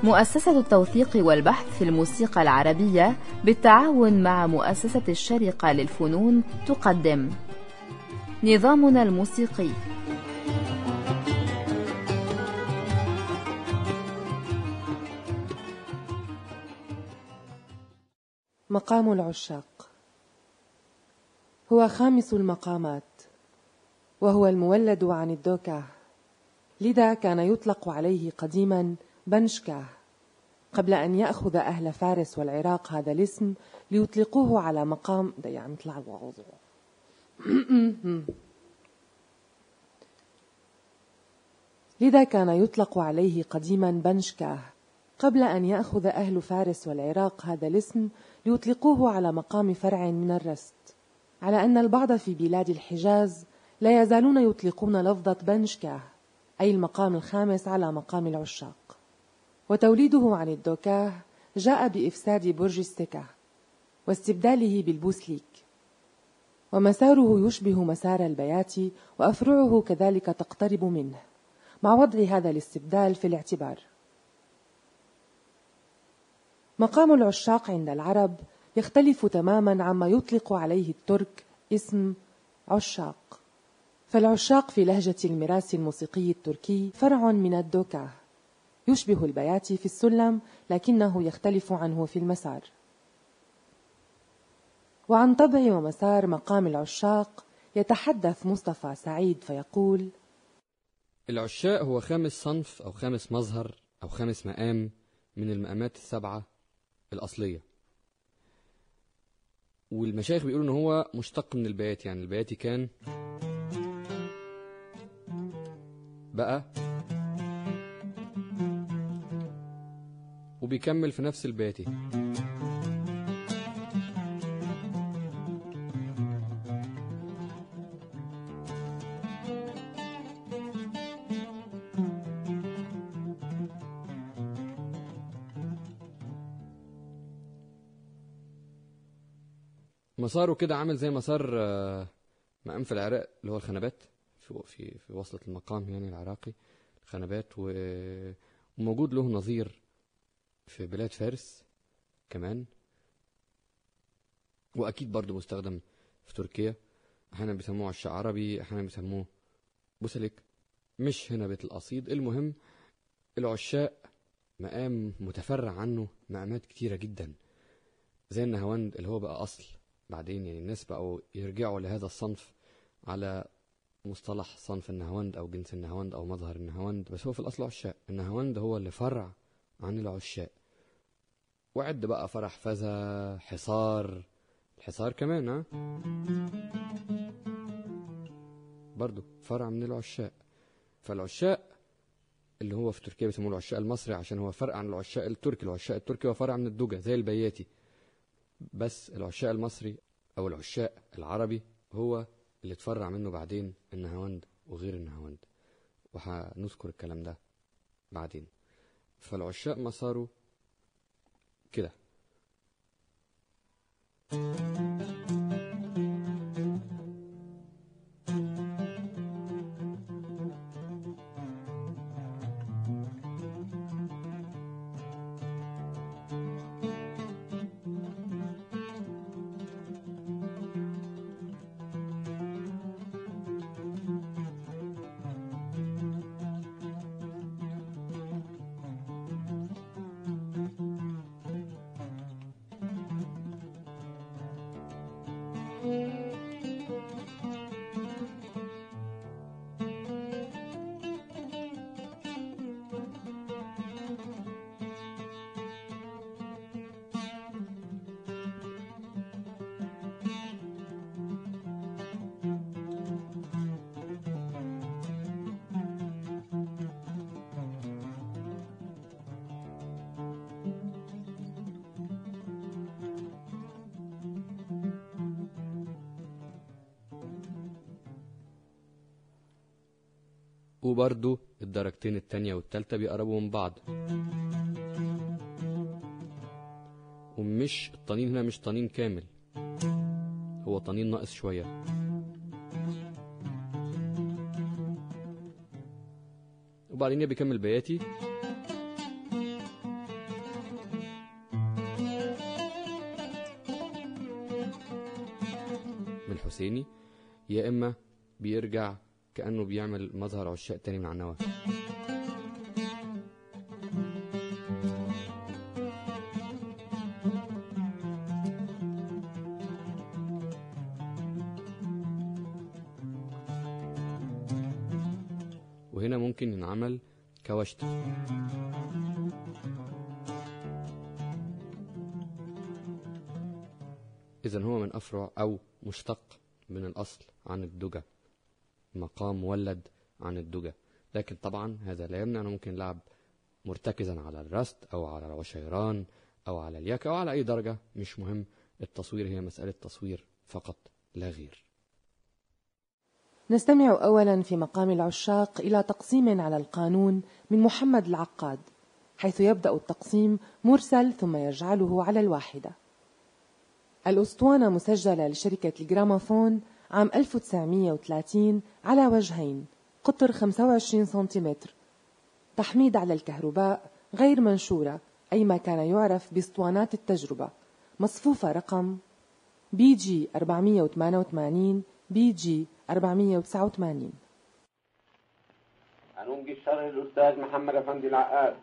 مؤسسة التوثيق والبحث في الموسيقى العربية بالتعاون مع مؤسسة الشارقة للفنون تقدم نظامنا الموسيقي. مقام العشاق هو خامس المقامات، وهو المولد عن الدوكاه، لذا كان يطلق عليه قديما بنشكاه، قبل أن يأخذ أهل فارس والعراق هذا الاسم ليطلقوه على مقام لذا كان يطلق عليه قديما بنشكاه، قبل أن يأخذ أهل فارس والعراق هذا الاسم ليطلقوه على مقام فرع من الرست، على أن البعض في بلاد الحجاز لا يزالون يطلقون لفظة بنشكاه، أي المقام الخامس على مقام العشاق. وتوليده عن الدوكاه جاء بإفساد برج السكة واستبداله بالبوسليك، ومساره يشبه مسار البياتي، وأفرعه كذلك تقترب منه، مع وضع هذا الاستبدال في الاعتبار. مقام العشاق عند العرب يختلف تماما عما يطلق عليه الترك اسم عشاق، فالعشاق في لهجة المراس الموسيقي التركي فرع من الدوكاه، يشبه البياتي في السلم لكنه يختلف عنه في المسار. وعن طبع ومسار مقام العشاق يتحدث مصطفى سعيد فيقول: العشاق هو خامس صنف أو خامس مظهر أو خامس مقام من المقامات السبعة الأصلية، والمشايخ بيقولوا إن هو مشتق من البياتي، يعني البياتي كان بقى وبيكمل في نفس البياتي. مساره كده عامل زي مسار مقام في العراق اللي هو الخنبات، في وصلة المقام يعني العراقي الخنبات، وموجود له نظير في بلاد فارس كمان، وأكيد برضو مستخدم في تركيا، أحيانا بيسموه عشاق عربي، أحيانا بيسموه بوسليك، مش هنا بيت القصيد. المهم العشاق مقام متفرع عنه مقامات كتيرة جدا، زي النهاوند اللي هو بقى أصل بعدين، يعني الناس بقوا يرجعوا لهذا الصنف على مصطلح صنف النهاوند أو جنس النهاوند أو مظهر النهاوند، بس هو في الأصل عشاق. النهاوند هو اللي فرع عن العشاق، وعد بقى فرح فزا حصار، الحصار كمان برضو فرع من العشاق. فالعشاق اللي هو في تركيا بيسموه العشاق المصري عشان هو فرع عن العشاق التركي. العشاق التركي هو فرع من الدوجة زي البياتي، بس العشاق المصري أو العشاق العربي هو اللي اتفرع منه بعدين النهاوند وغير النهاوند، وهنذكر الكلام ده بعدين. فالعشاق مساره كده. وبرضو الدرجتين التانية والتالتة بيقربوا من بعض، ومش الطنين هنا مش طنين كامل، هو طنين ناقص شوية. وبعدين بيكمل بياتي الحسيني، يا إما بيرجع كأنه بيعمل مظهر عشاق تاني من على النوى. وهنا ممكن ينعمل كوشت. إذن هو من أفرع أو مشتق من الأصل عن الدجى، مقام مولد عن الدجى. لكن طبعا هذا لا يمنع أنه ممكن يلعب مرتكزا على الرست أو على العشيران أو على اليك أو على أي درجة، مش مهم. التصوير هي مسألة تصوير فقط لا غير. نستمع أولا في مقام العشاق إلى تقسيم على القانون من محمد العقاد، حيث يبدأ التقسيم مرسل ثم يجعله على الواحدة. الأسطوانة مسجلة لشركة الجراموفون عام 1930 على وجهين، قطر 25 سنتيمتر، تحميد على الكهرباء، غير منشورة أي ما كان يعرف باسطوانات التجربة، مصفوفة رقم BG 488 BG 489. هننجي الشرح الأستاذ محمد أفندي العقاد.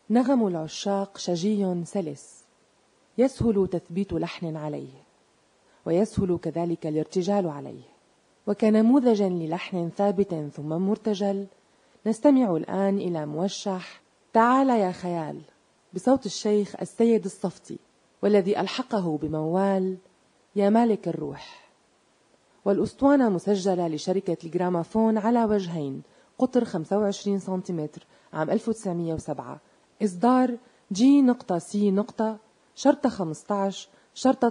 نغم العشاق شجي سلس، يسهل تثبيت لحن عليه، ويسهل كذلك الارتجال عليه. وكنموذج للحن ثابت ثم مرتجل، نستمع الآن إلى موشح تعال يا خيال بصوت الشيخ السيد الصفتي، والذي ألحقه بموال يا مالك الروح. والأسطوانة مسجلة لشركة الجرامافون على وجهين، قطر 25 سنتيمتر، عام 1907، إصدار G.C. شرطة 15 شرطة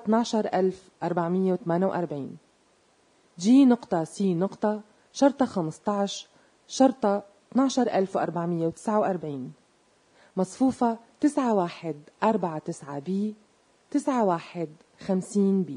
12448. G.C. شرطة 15 شرطة 12449، مصفوفة 9149B 9150B.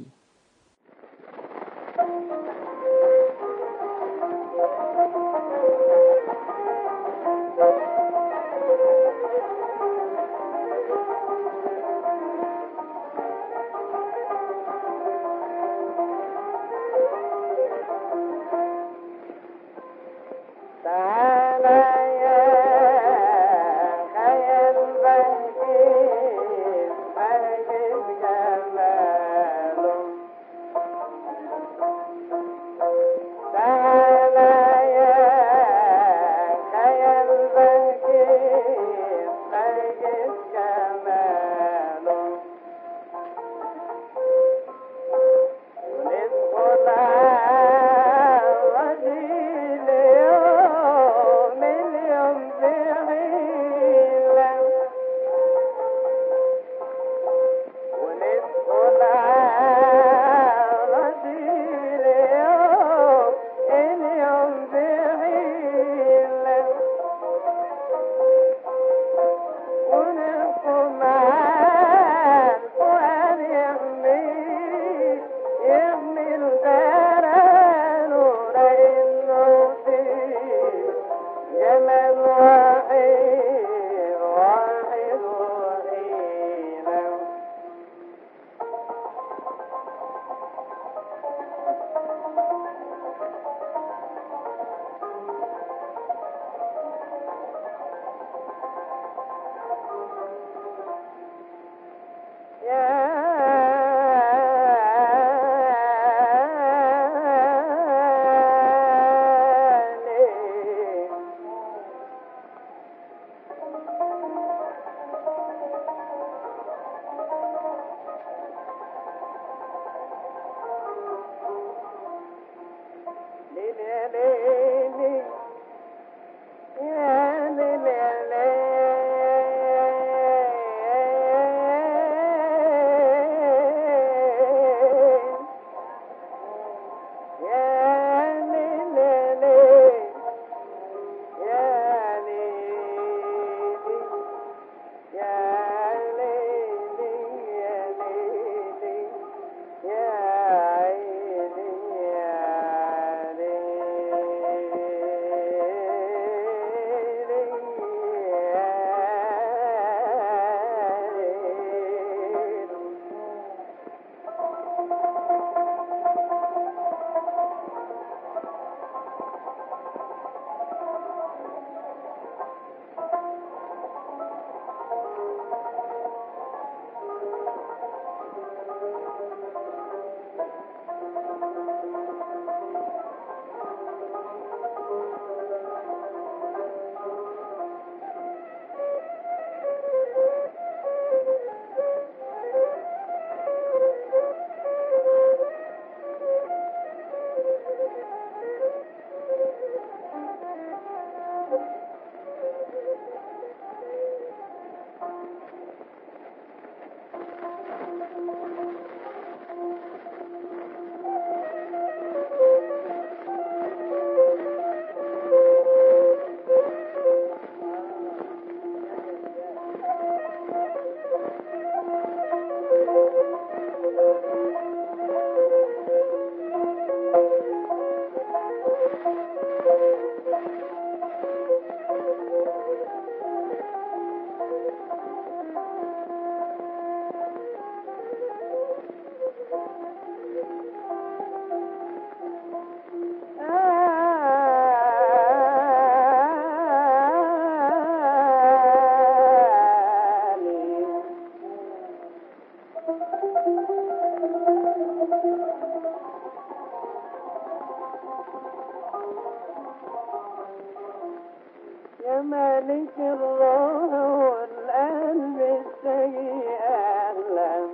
يا مالك الروح والقلب السيء أهلا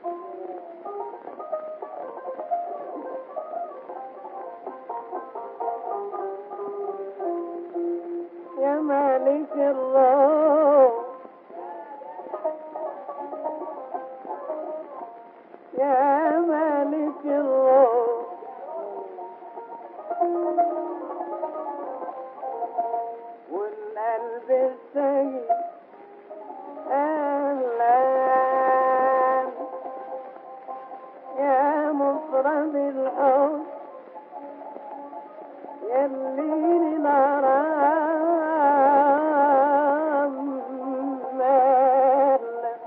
يا مالك الروح يا مالك الروح والقلب السيء أهلا يا مفرد الحب يلي للغرام مهلا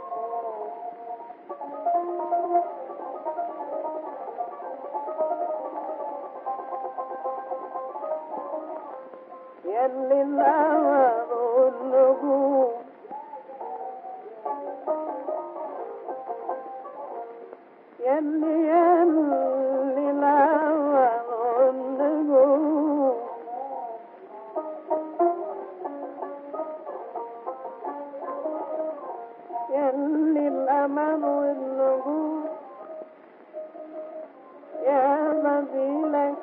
يلي القمر والنجوم يلي القمر والنجوم يلي القمر والنجوم يا بديلك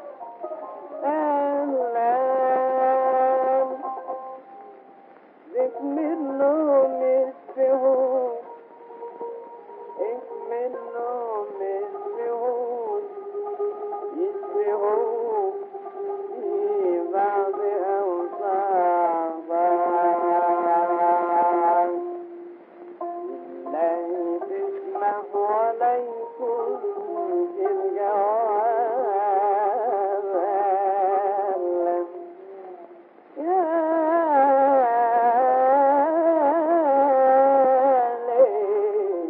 أهلا بك منهم يشبهون إك منهم يشبهون يشبهون في بعض أوصافك لا تسمح ولا يكون في الجواب يا ليل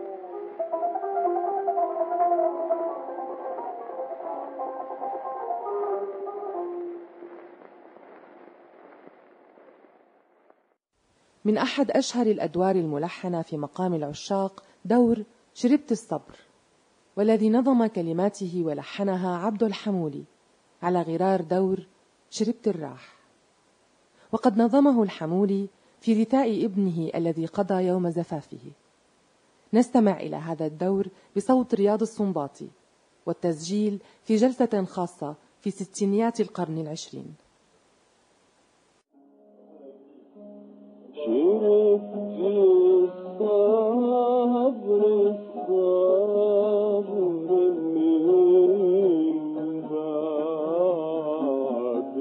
من أحد أشهر الأدوار الملحنة في مقام العشاق دور شربت الصبر، والذي نظم كلماته ولحنها عبد الحمولي على غرار دور شربت الراح. وقد نظمه الحمولي في رثاء ابنه الذي قضى يوم زفافه. نستمع إلى هذا الدور بصوت رياض السنباطي، والتسجيل في جلسة خاصة في ستينيات القرن العشرين. شربت الصبر الصبر من بعد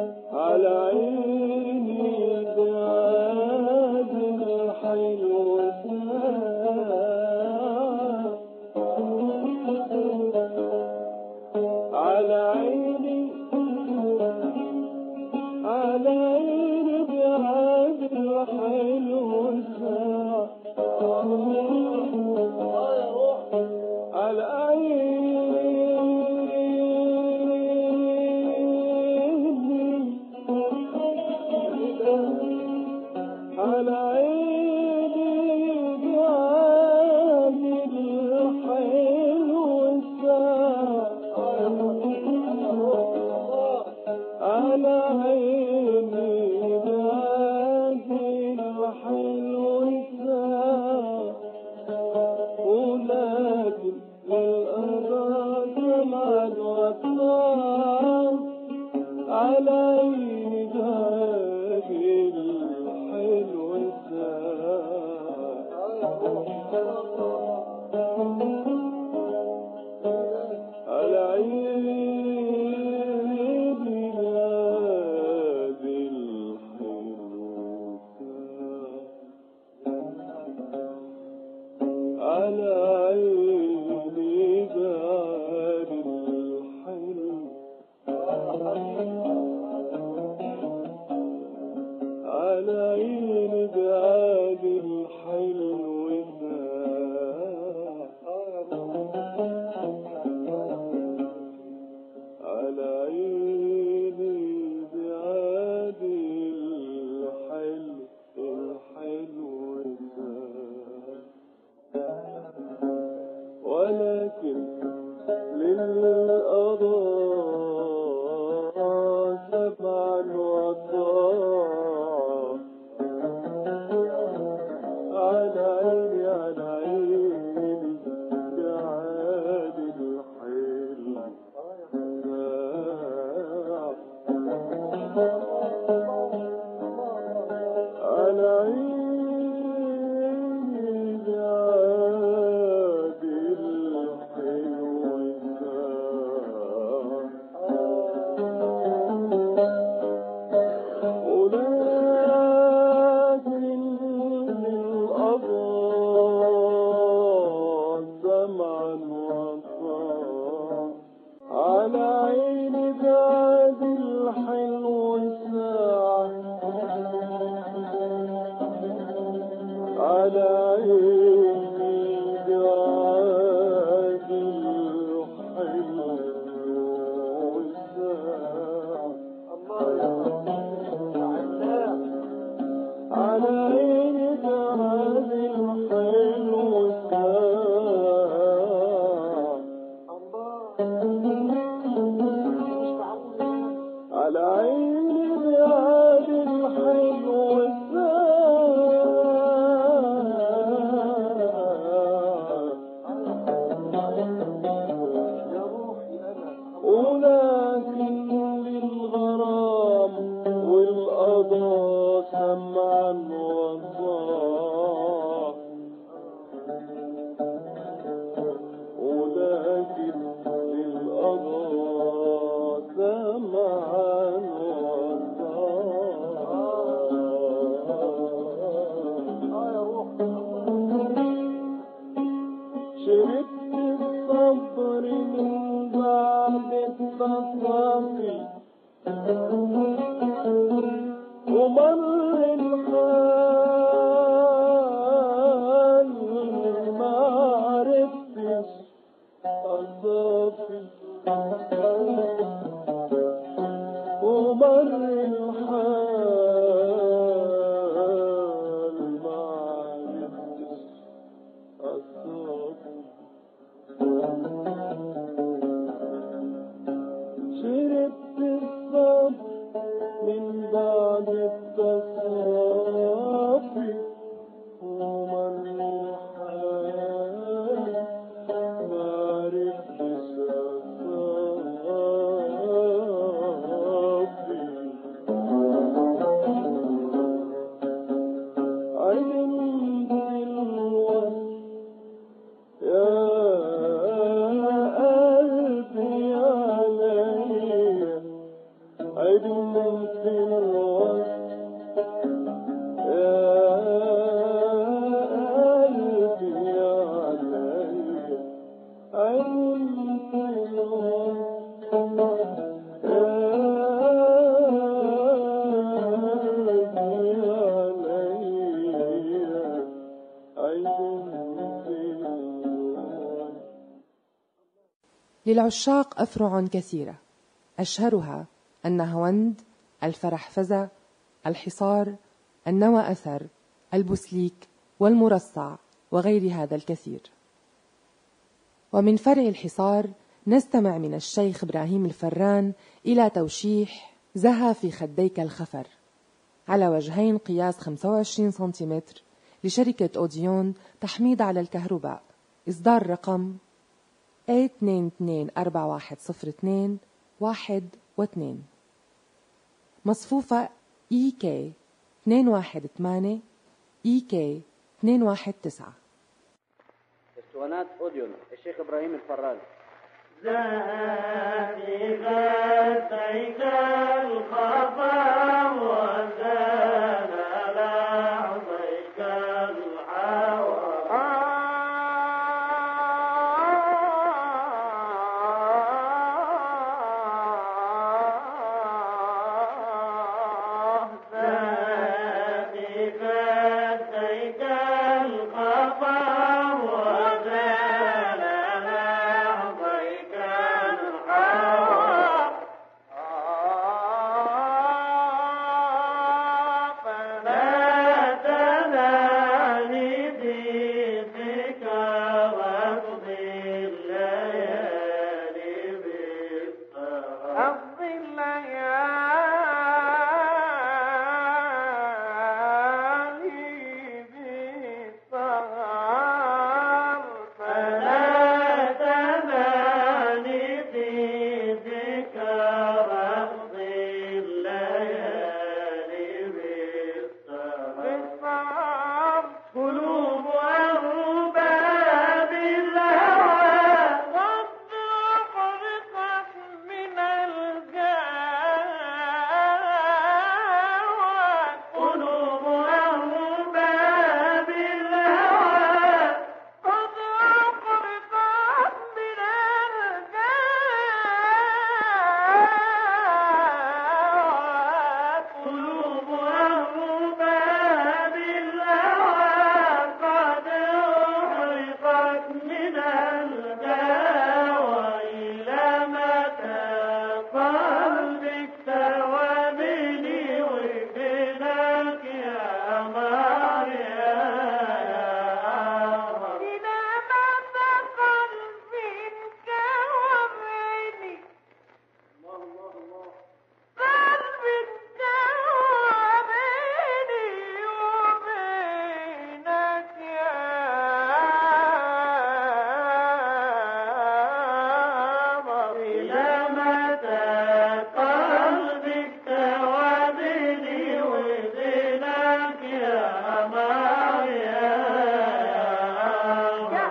على عيني بعاد الحلو على للعشاق أفرع كثيرة، أشهرها النهاوند، الفرحفزة، الحصار، النوى أثر، البسليك، والمرصع، وغير هذا الكثير. ومن فرع الحصار نستمع من الشيخ إبراهيم الفران إلى توشيح زها في خديك الخفر على وجهين قياس 25 سنتيمتر لشركة أوديون تحميض على الكهرباء، إصدار رقم 822-4102-1 و2، مصفوفة EK 218 EK 219. اسطوانات أوديون الشيخ إبراهيم الفران. زادي غديك الخفا وزاد لحظيك الحوى زادي غديك الخفا وزاد لحظيك الحوى فلا تنالي ضيقك واقضي الليالي بالسهر أقضي الليالي بالسهر فلا تنالي ضيقك واقضي الليالي بالسهر قلوب أرباب الهوى قد أحرقت من الجوى قلوب أرباب الهوى قد أحرقت من الجوى قلوب أرباب الهوى قد أحرقت من الجوى إلى متى قلبك توابني وبناك يا قمر يا قمر إلى متى قلبك توابني قلبك توابني وبينك يا قمر إلى متى قلبك توابني وبينك يا قمر يا قمر يا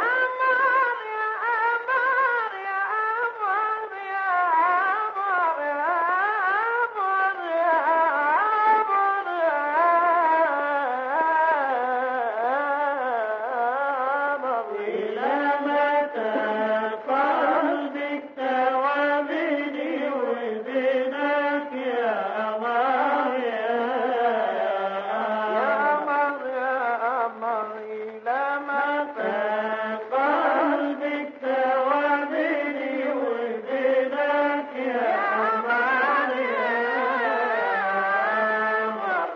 قمر يا قمر يا قمر يا قمر يا قمر إلى متى قلبك توابني وبينك يا قمر يا قمر يا قمر إلى متى قلبك توابني وبينك يا قمر يا قمر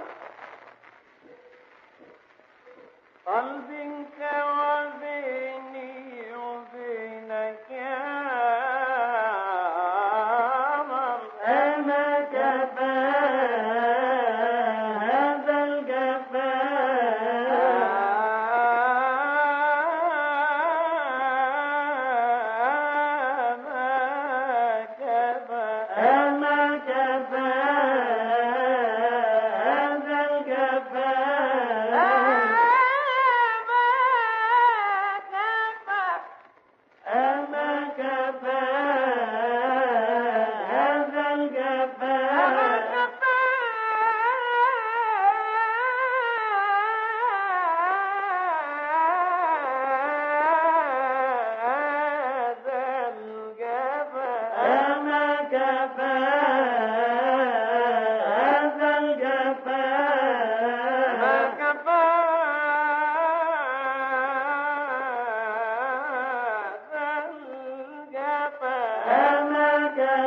قلبك وبيني وبينك يا قمر أنا كفى هذا الجفا أنا كفى هذا الجفا أما كفى هذا الجفا هذا الجفا أما كفى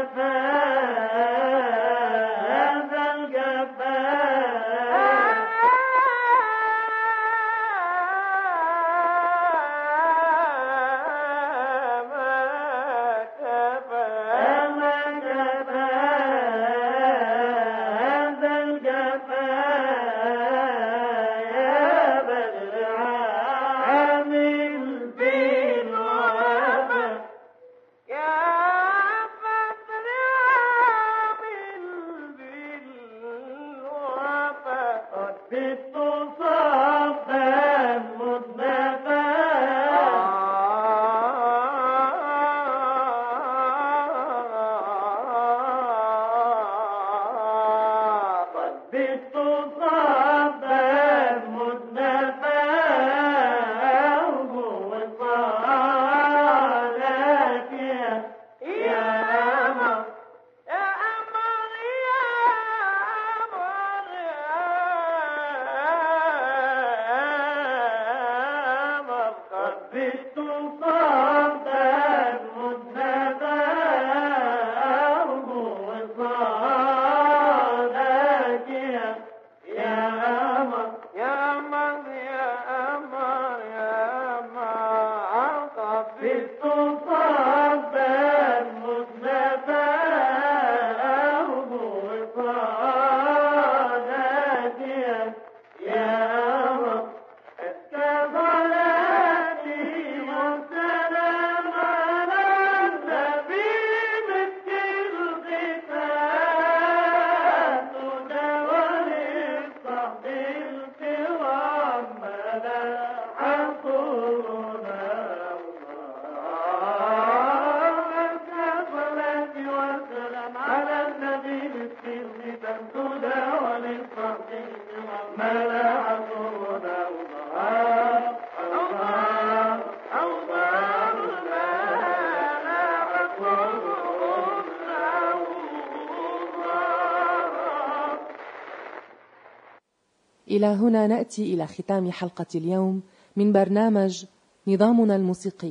إلى هنا نأتي إلى ختام حلقة اليوم من برنامج نظامنا الموسيقي.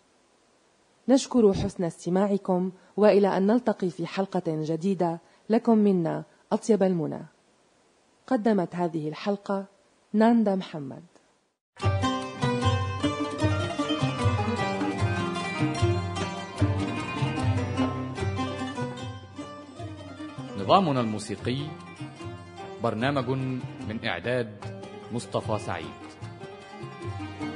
نشكر حسن استماعكم، وإلى أن نلتقي في حلقة جديدة. لكم منا أطيب المنى. قدمت هذه الحلقة ناندا محمد. نظامنا الموسيقي برنامج من إعداد مصطفى سعيد.